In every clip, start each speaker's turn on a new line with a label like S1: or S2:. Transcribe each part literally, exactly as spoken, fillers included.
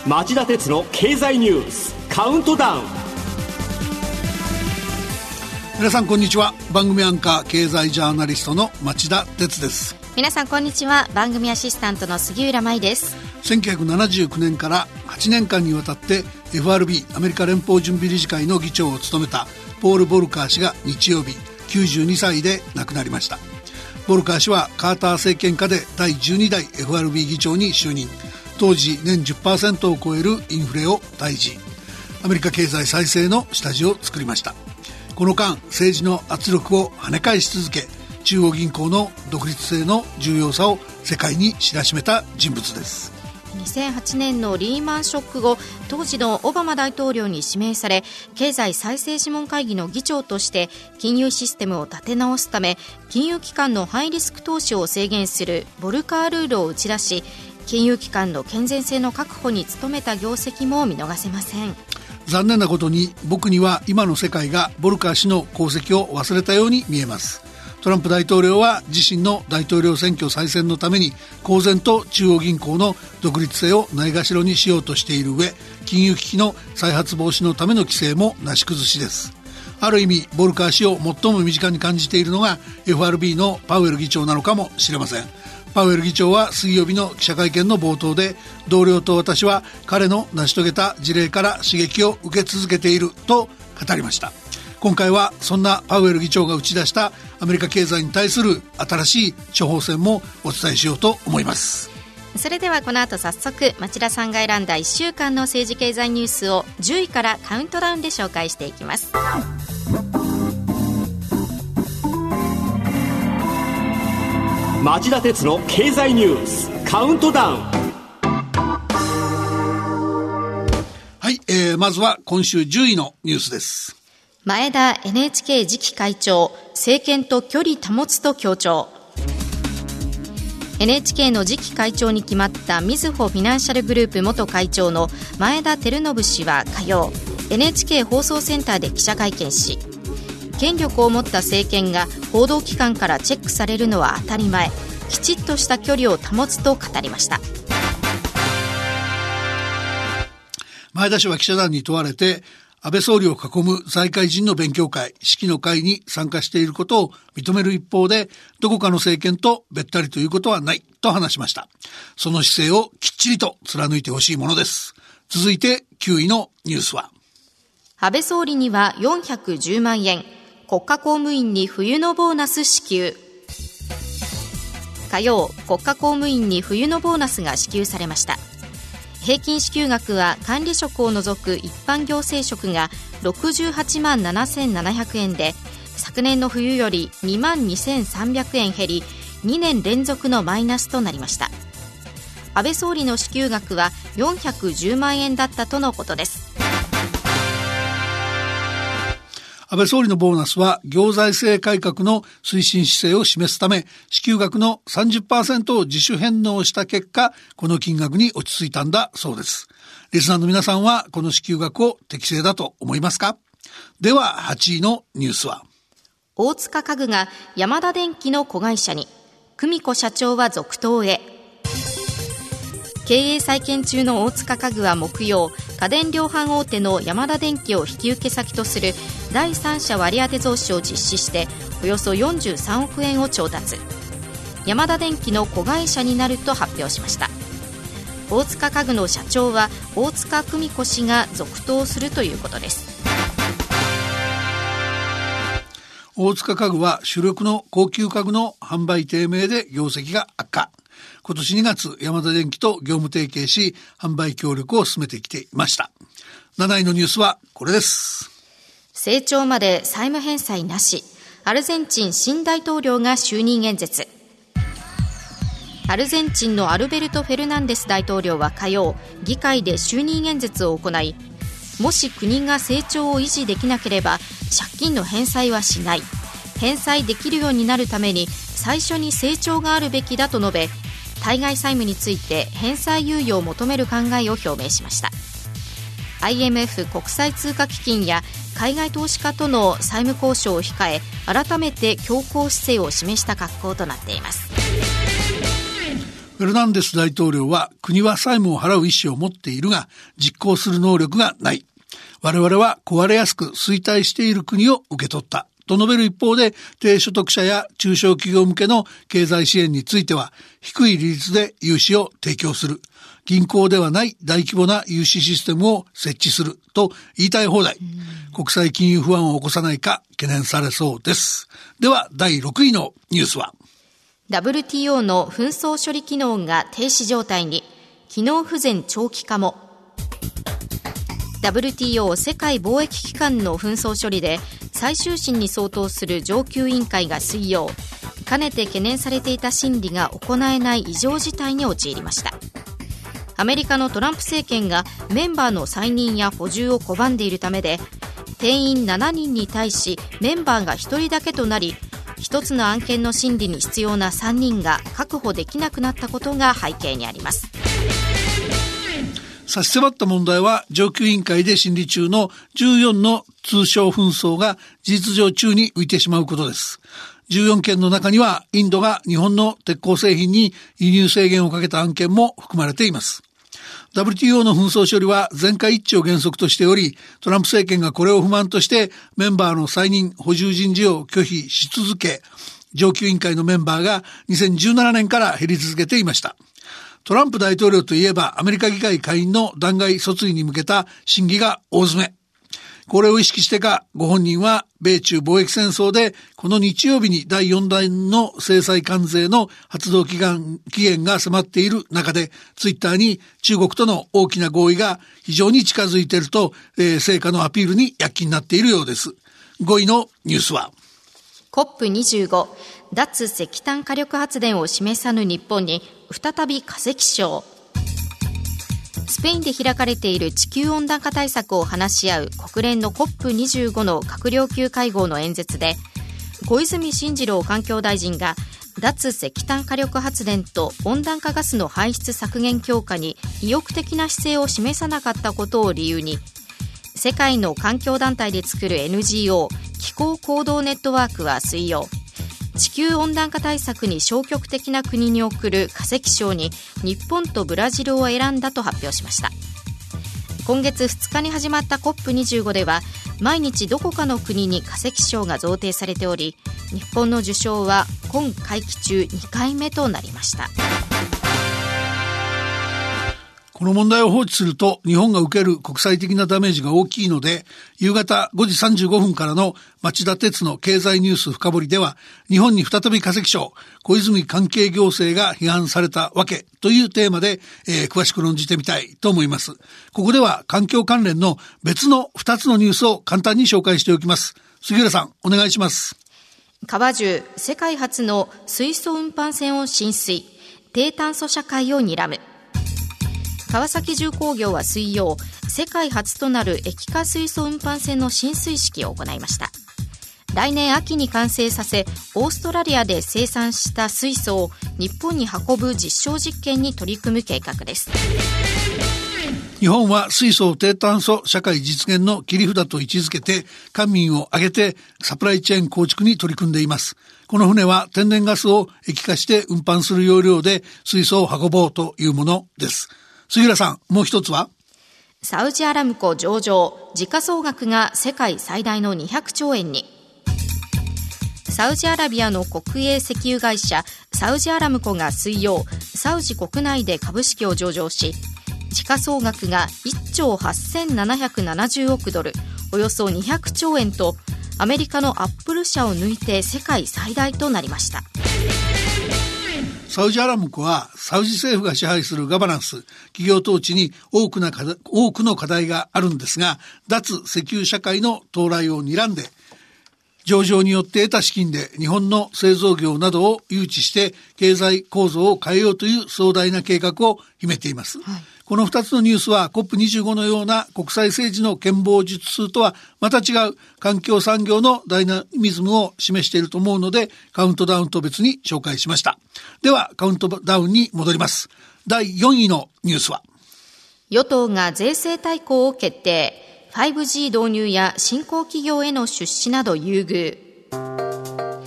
S1: 町田鉄の経済ニュースカウントダウン。
S2: 皆さんこんにちは。番組アンカー経済ジャーナリストの町田鉄です。
S3: 皆さんこんにちは。番組アシスタントの杉浦舞です。
S2: せんきゅうひゃくななじゅうきゅうねんからはちねんかんにわたって エフアールビー アメリカ連邦準備理事会の議長を務めたポール・ボルカー氏が日曜日きゅうじゅうにさいで亡くなりました。ボルカー氏はカーター政権下でだいじゅうにだい エフアールビー 議長に就任。当時年 じゅっパーセント を超えるインフレを退治、アメリカ経済再生の下地を作りました。この間政治の圧力を跳ね返し続け、中央銀行の独立性の重要さを世界に知らしめた人物です。
S3: にせんはちねんのリーマンショック後、当時のオバマ大統領に指名され、経済再生諮問会議の議長として金融システムを立て直すため、金融機関のハイリスク投資を制限するボルカールールを打ち出し、金融機関の健全性の確保に努めた業績も見逃せません。
S2: 残念なことに僕には今の世界がボルカー氏の功績を忘れたように見えます。トランプ大統領は自身の大統領選挙再選のために公然と中央銀行の独立性をないがしろにしようとしている上、金融危機の再発防止のための規制もなし崩しです。ある意味ボルカー氏を最も身近に感じているのが エフアールビー のパウエル議長なのかもしれません。パウエル議長は水曜日の記者会見の冒頭で、同僚と私は彼の成し遂げた事例から刺激を受け続けていると語りました。今回はそんなパウエル議長が打ち出したアメリカ経済に対する新しい処方箋もお伝えしようと思います。
S3: それではこの後早速、町田さんが選んだいっしゅうかんの政治経済ニュースをじゅういからカウントダウンで紹介していきます。
S1: 町田鉄の経済ニュースカウントダウン。
S2: はい、えー、まずは今週じゅういのニュースです。
S3: 前田 エヌエイチケー 次期会長、政権と距離保つと強調。 エヌエイチケー の次期会長に決まったみずほフィナンシャルグループ元会長の前田照信氏は火曜、 エヌエイチケー 放送センターで記者会見し、権力を持った政権が報道機関からチェックされるのは当たり前、きちっとした距離を保つと語りました。
S2: 前田氏は記者団に問われて、安倍総理を囲む財界人の勉強会、式の会に参加していることを認める一方で、どこかの政権とべったりということはないと話しました。その姿勢をきっちりと貫いてほしいものです。続いてきゅういのニュースは、
S3: 安倍総理にはよんひゃくじゅうまんえん、国家公務員に冬のボーナス支給。火曜、国家公務員に冬のボーナスが支給されました。平均支給額は管理職を除く一般行政職がろくじゅうはちまんななせんななひゃくえんで、昨年の冬よりにまんにせんさんびゃくえん減り、にねん連続のマイナスとなりました。安倍総理の支給額はよんひゃくじゅうまんえんだったとのことです。
S2: 安倍総理のボーナスは行財政改革の推進姿勢を示すため、支給額の さんじゅっパーセント を自主返納した結果、この金額に落ち着いたんだそうです。リスナーの皆さんはこの支給額を適正だと思いますか？でははちいのニュースは、
S3: 大塚家具がヤマダ電機の子会社に、久美子社長は続投へ。経営再建中の大塚家具は木曜、家電量販大手のヤマダ電機を引き受け先とする第三者割当増資を実施して、およそよんじゅうさんおくえんを調達。ヤマダ電機の子会社になると発表しました。大塚家具の社長は大塚久美子氏が続投するということです。
S2: 大塚家具は主力の高級家具の販売低迷で業績が悪化。今年にがつ、ヤマダ電機と業務提携し、販売協力を進めてきていました。なないのニュースはこれです。
S3: 成長まで債務返済なし、アルゼンチン新大統領が就任演説。アルゼンチンのアルベルト・フェルナンデス大統領は火曜、議会で就任演説を行い、もし国が成長を維持できなければ借金の返済はしない、返済できるようになるために最初に成長があるべきだと述べ、対外債務について返済猶予を求める考えを表明しました。 アイエムエフ 国際通貨基金や海外投資家との債務交渉を控え、改めて強硬姿勢を示した格好となっています。
S2: フェルナンデス大統領は、国は債務を払う意思を持っているが実行する能力がない。我々は壊れやすく衰退している国を受け取ったと述べる一方で、低所得者や中小企業向けの経済支援については低い利率で融資を提供する、銀行ではない大規模な融資システムを設置すると言いたい放題、国際金融不安を起こさないか懸念されそうです。ではだいろくいのニュースは、
S3: ダブリューティーオー の紛争処理機能が停止状態に、機能不全長期化も。ダブリューティーオー 世界貿易機関の紛争処理で最終審に相当する上級委員会が水曜、かねて懸念されていた審理が行えない異常事態に陥りました。アメリカのトランプ政権がメンバーの再任や補充を拒んでいるためで、定員しちにんに対しメンバーがひとりだけとなり、ひとつの案件の審理に必要なさんにんが確保できなくなったことが背景にあります。
S2: 差し迫った問題は、上級委員会で審理中のじゅうよんの通商紛争が事実上宙に浮いてしまうことです。じゅうよんけんの中には、インドが日本の鉄鋼製品に輸入制限をかけた案件も含まれています。ダブリューティーオー の紛争処理は全会一致を原則としており、トランプ政権がこれを不満としてメンバーの再任補充人事を拒否し続け、上級委員会のメンバーがにせんじゅうななねんから減り続けていました。トランプ大統領といえば、アメリカ議会下院の弾劾訴追に向けた審議が大詰め。これを意識してか、ご本人は米中貿易戦争でこの日曜日にだいよん弾の制裁関税の発動期限、期限が迫っている中で、ツイッターに中国との大きな合意が非常に近づいていると、えー、成果のアピールに躍起になっているようです。ごいのニュースは、
S3: コップにじゅうご 脱石炭火力発電を示さぬ日本に再び化石賞。スペインで開かれている地球温暖化対策を話し合う国連の コップにじゅうご の閣僚級会合の演説で、小泉進次郎環境大臣が脱石炭火力発電と温暖化ガスの排出削減強化に意欲的な姿勢を示さなかったことを理由に、世界の環境団体で作る エヌジーオー 気候行動ネットワークは水曜、地球温暖化対策に消極的な国に贈る化石賞に日本とブラジルを選んだと発表しました。今月ふつかに始まった コップにじゅうご では、毎日どこかの国に化石賞が贈呈されており、日本の受賞は今会期中にかいめとなりました。
S2: この問題を放置すると日本が受ける国際的なダメージが大きいので、夕方ごじさんじゅうごふんからの町田鉄の経済ニュース深掘りでは、日本に再び化石賞、小泉関係行政が批判されたわけというテーマで、えー、詳しく論じてみたいと思います。ここでは環境関連の別のふたつのニュースを簡単に紹介しておきます。杉浦さん、お願いします。
S3: 川中、世界初の水素運搬船を進水、低炭素社会を睨む。川崎重工業は水曜、世界初となる液化水素運搬船の進水式を行いました。来年秋に完成させ、オーストラリアで生産した水素を日本に運ぶ実証実験に取り組む計画です。
S2: 日本は水素低炭素社会実現の切り札と位置づけて、官民を挙げてサプライチェーン構築に取り組んでいます。この船は天然ガスを液化して運搬する要領で水素を運ぼうというものです。杉浦さん、もう一つは、
S3: サウジアラムコ上場、時価総額が世界最大のにひゃくちょうえんに。サウジアラビアの国営石油会社サウジアラムコが水曜、サウジ国内で株式を上場し、時価総額がいっちょうはっせんななひゃくななじゅうおくドル、およそにひゃくちょうえんと、アメリカのアップル社を抜いて世界最大となりました。
S2: サウジアラムコはサウジ政府が支配するガバナンス、企業統治に多くな多くの課題があるんですが、脱石油社会の到来を睨んで、上場によって得た資金で日本の製造業などを誘致して経済構造を変えようという壮大な計画を秘めています。はい、このふたつのニュースは コップにじゅうご のような国際政治の権謀術数とはまた違う環境産業のダイナミズムを示していると思うので、カウントダウンと別に紹介しました。ではカウントダウンに戻ります。だいよんいのニュースは、
S3: 与党が税制大綱を決定、ファイブジー 導入や新興企業への出資など優遇。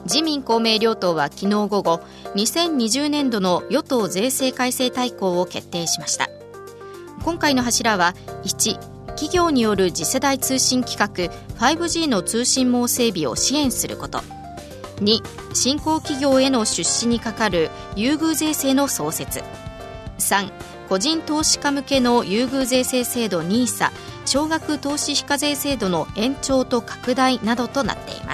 S3: 自民公明両党は昨日午後、にせんにじゅうねんどの与党税制改正大綱を決定しました。今回の柱は、いち、企業による次世代通信規格 ファイブジー の通信網整備を支援すること、に、新興企業への出資にかかる優遇税制の創設、さん、個人投資家向けの優遇税制制度 ニーサ 少額投資非課税制度の延長と拡大などとなっています。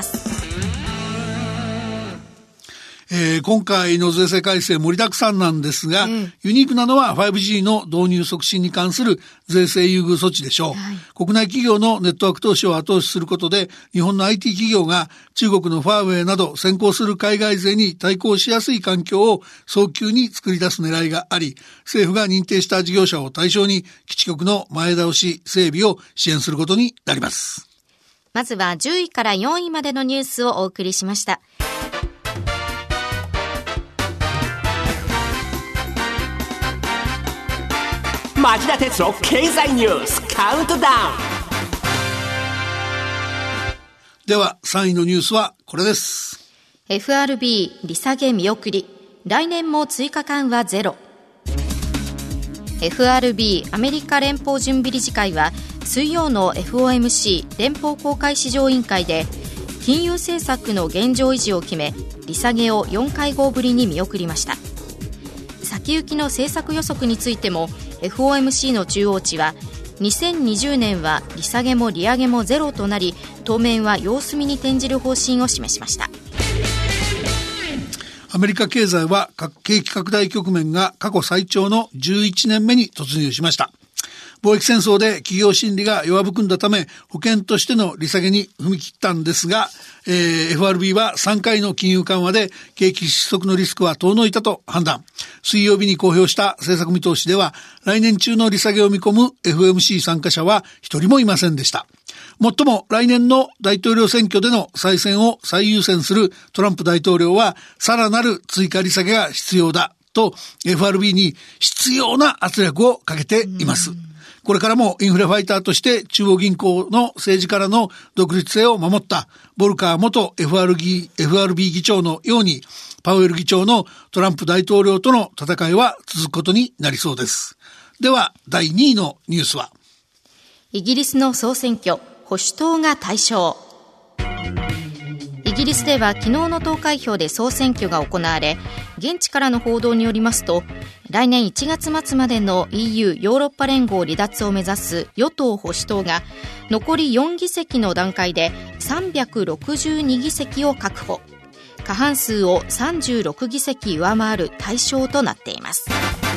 S2: えー、今回の税制改正盛りだくさんなんですが、うん、ユニークなのは ファイブジー の導入促進に関する税制優遇措置でしょう、はい、国内企業のネットワーク投資を後押しすることで、日本の アイティー 企業が中国のファーウェイなど先行する海外勢に対抗しやすい環境を早急に作り出す狙いがあり、政府が認定した事業者を対象に基地局の前倒し整備を支援することになります。
S3: まずはじゅういからよんいまでのニュースをお送りしました。
S1: 町田鉄の経済ニュースカウントダウン。
S2: ではさんいのニュースはこれです。
S3: エフアールビー 利下げ見送り、来年も追加緩和ゼロ。 エフアールビー アメリカ連邦準備理事会は水曜の エフオーエムシー 連邦公開市場委員会で金融政策の現状維持を決め、利下げをよんかいごうぶりに見送りました。先行きの政策予測についても エフオーエムシー の中央値はにせんにじゅうねんは利下げも利上げもゼロとなり、当面は様子見に転じる方針を示しました。
S2: アメリカ経済は景気拡大局面が過去最長のじゅういちねんめに突入しました。貿易戦争で企業心理が弱含んだため、保険としての利下げに踏み切ったんですが、えー、エフアールビー はさんかいの金融緩和で景気失速のリスクは遠のいたと判断。水曜日に公表した政策見通しでは、来年中の利下げを見込む エフオーエムシー 参加者は一人もいませんでした。もっとも来年の大統領選挙での再選を最優先するトランプ大統領は、さらなる追加利下げが必要だと エフアールビー に必要な圧力をかけています。これからもインフレファイターとして中央銀行の政治からの独立性を守ったボルカー元 エフアールビー 議長のように、パウエル議長のトランプ大統領との戦いは続くことになりそうです。ではだいにいのニュースは、
S3: イギリスの総選挙、保守党が大勝。イギリスでは昨日の投開票で総選挙が行われ、現地からの報道によりますと、来年いちがつまつまでの イーユー ヨーロッパ連合離脱を目指す与党保守党が残りよんぎせきの段階でさんびゃくろくじゅうにぎせきを確保、過半数をさんじゅうろくぎせき上回る大勝となっています。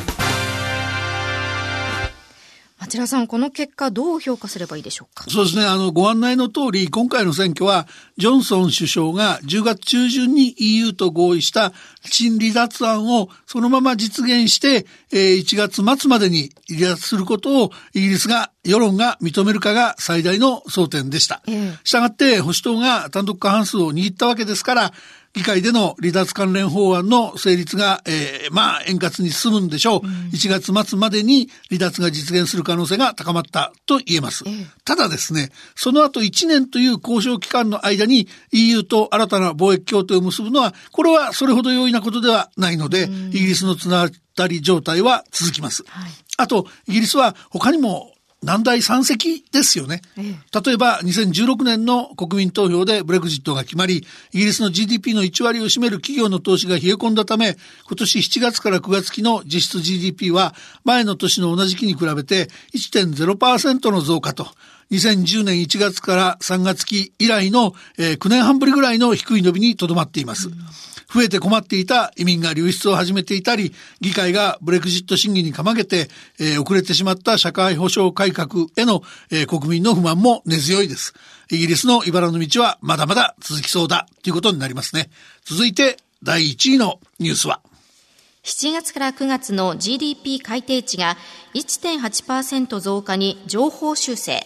S3: 町田さん、この結果どう評価すればいいでしょうか。
S2: そうですね、あのご案内の通り、今回の選挙はジョンソン首相がじゅうがつちゅうじゅんに イーユー と合意した新離脱案をそのまま実現して、えー、いちがつまつまでに離脱することをイギリスが世論が認めるかが最大の争点でした。したがって保守党が単独過半数を握ったわけですから、議会での離脱関連法案の成立が、えー、まあ円滑に進むんでしょう、うん、いちがつまつまでに離脱が実現する可能性が高まったと言えます、えー、ただですね、その後いちねんという交渉期間の間に イーユー と新たな貿易協定を結ぶのは、これはそれほど容易なことではないので、うん、イギリスのつながったり状態は続きます、はい、あとイギリスは他にも難題山積ですよね。例えばにせんじゅうろくねんの国民投票でブレグジットが決まり、イギリスの ジーディーピー のいちわりを占める企業の投資が冷え込んだため、今年しちがつからくがつ期の実質 ジーディーピー は前の年の同じ期に比べて いってんゼロパーセント の増加と、にせんじゅうねんいちがつからさんがつ期以来の、えー、きゅうねんはんぶりぐらいの低い伸びにとどまっています。うん、増えて困っていた移民が流出を始めていたり、議会がブレグジット審議にかまけて、えー、遅れてしまった社会保障改革への、えー、国民の不満も根強いです。イギリスの茨の道はまだまだ続きそうだということになりますね。続いてだいいちいのニュースは、
S3: しちがつからくがつの ジーディーピー 改定値が いってんはちパーセント 増加に上方修正。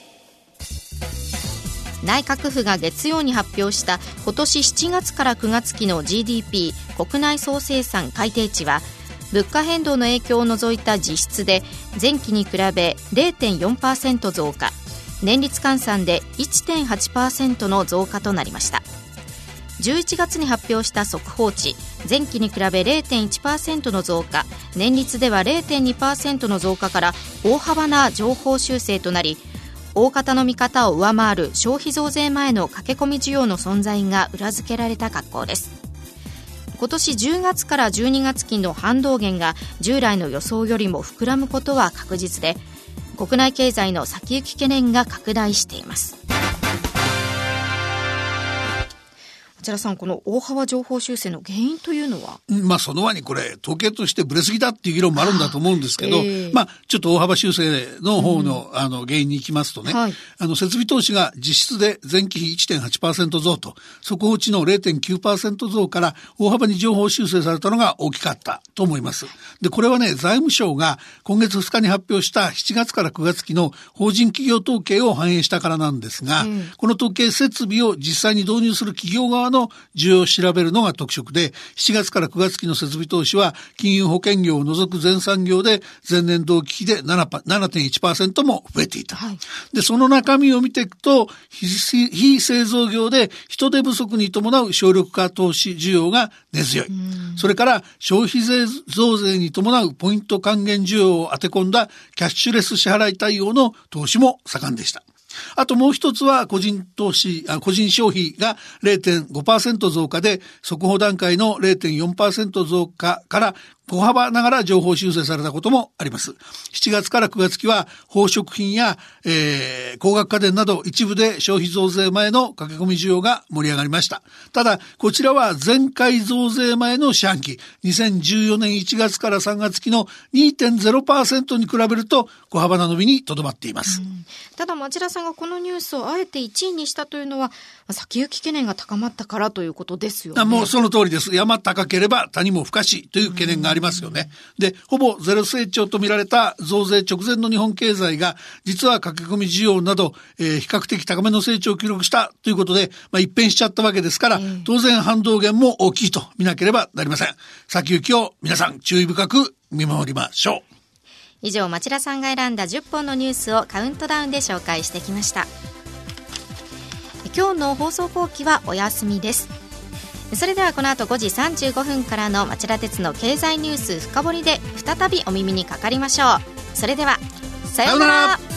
S3: 内閣府が月曜に発表した今年しちがつからくがつ期の ジーディーピー 国内総生産改定値は、物価変動の影響を除いた実質で前期に比べ れいてんよんパーセント 増加、年率換算で いってんはちパーセント の増加となりました。 じゅういちがつに発表した速報値、前期に比べ れいてんいちパーセント の増加、年率では れいてんにパーセント の増加から大幅な上方修正となり、大方の見方を上回る消費増税前の駆け込み需要の存在が裏付けられた格好です。今年じゅうがつからじゅうにがつ期の反動減が従来の予想よりも膨らむことは確実で、国内経済の先行き懸念が拡大しています。こちらさん、この大幅上方修正の原因というのは、
S2: まあ、その輪にこれ統計としてブレすぎだっていう議論もあるんだと思うんですけど、
S3: えー、
S2: まあ、ちょっと大幅修正の方の、うん、あの原因に行きますとね、はい、あの設備投資が実質で前期比 いってんはちパーセント 増と速報値の れいてんきゅうパーセント 増から大幅に上方修正されたのが大きかったと思います。でこれはね、財務省が今月ふつかに発表したしちがつからくがつ期の法人企業統計を反映したからなんですが、うん、この統計設備を実際に導入する企業側の需要を調べるのが特色で、しちがつからくがつ期の設備投資は金融保険業を除く全産業で前年同期比で ななてんいちパーセント も増えていた、はい、でその中身を見ていくと、非製造業で人手不足に伴う省力化投資需要が根強い、それから消費税増税に伴うポイント還元需要を当て込んだキャッシュレス支払い対応の投資も盛んでした。あともう一つは個人投資、あ個人消費が れいてんごパーセント 増加で、速報段階の れいてんよんパーセント 増加から小幅ながら上方修正されたこともあります。しちがつからくがつ期は宝飾品や、えー、高額家電など一部で消費増税前の駆け込み需要が盛り上がりました。ただこちらは前回増税前の四半期にせんじゅうよねんいちがつからさんがつ期の にてんゼロパーセント に比べると小幅な伸びにとどまっています。うん、
S3: ただ町田さんがこのニュースをあえていちいにしたというのは、先行き懸念が高まったからということですよね。
S2: もうその通りです。山高ければ谷も深しという懸念がありますよね。でほぼゼロ成長と見られた増税直前の日本経済が実は駆け込み需要など、えー、比較的高めの成長を記録したということで、まあ、一変しちゃったわけですから、当然反動減も大きいと見なければなりません。先行きを皆さん注意深く見守りましょう。
S3: 以上、町田さんが選んだじゅっぽんのニュースをカウントダウンで紹介してきました。今日の放送後期はお休みです。それではこの後ごじさんじゅうごふんからの町田鉄の経済ニュース深掘りで再びお耳にかかりましょう。それではさようなら。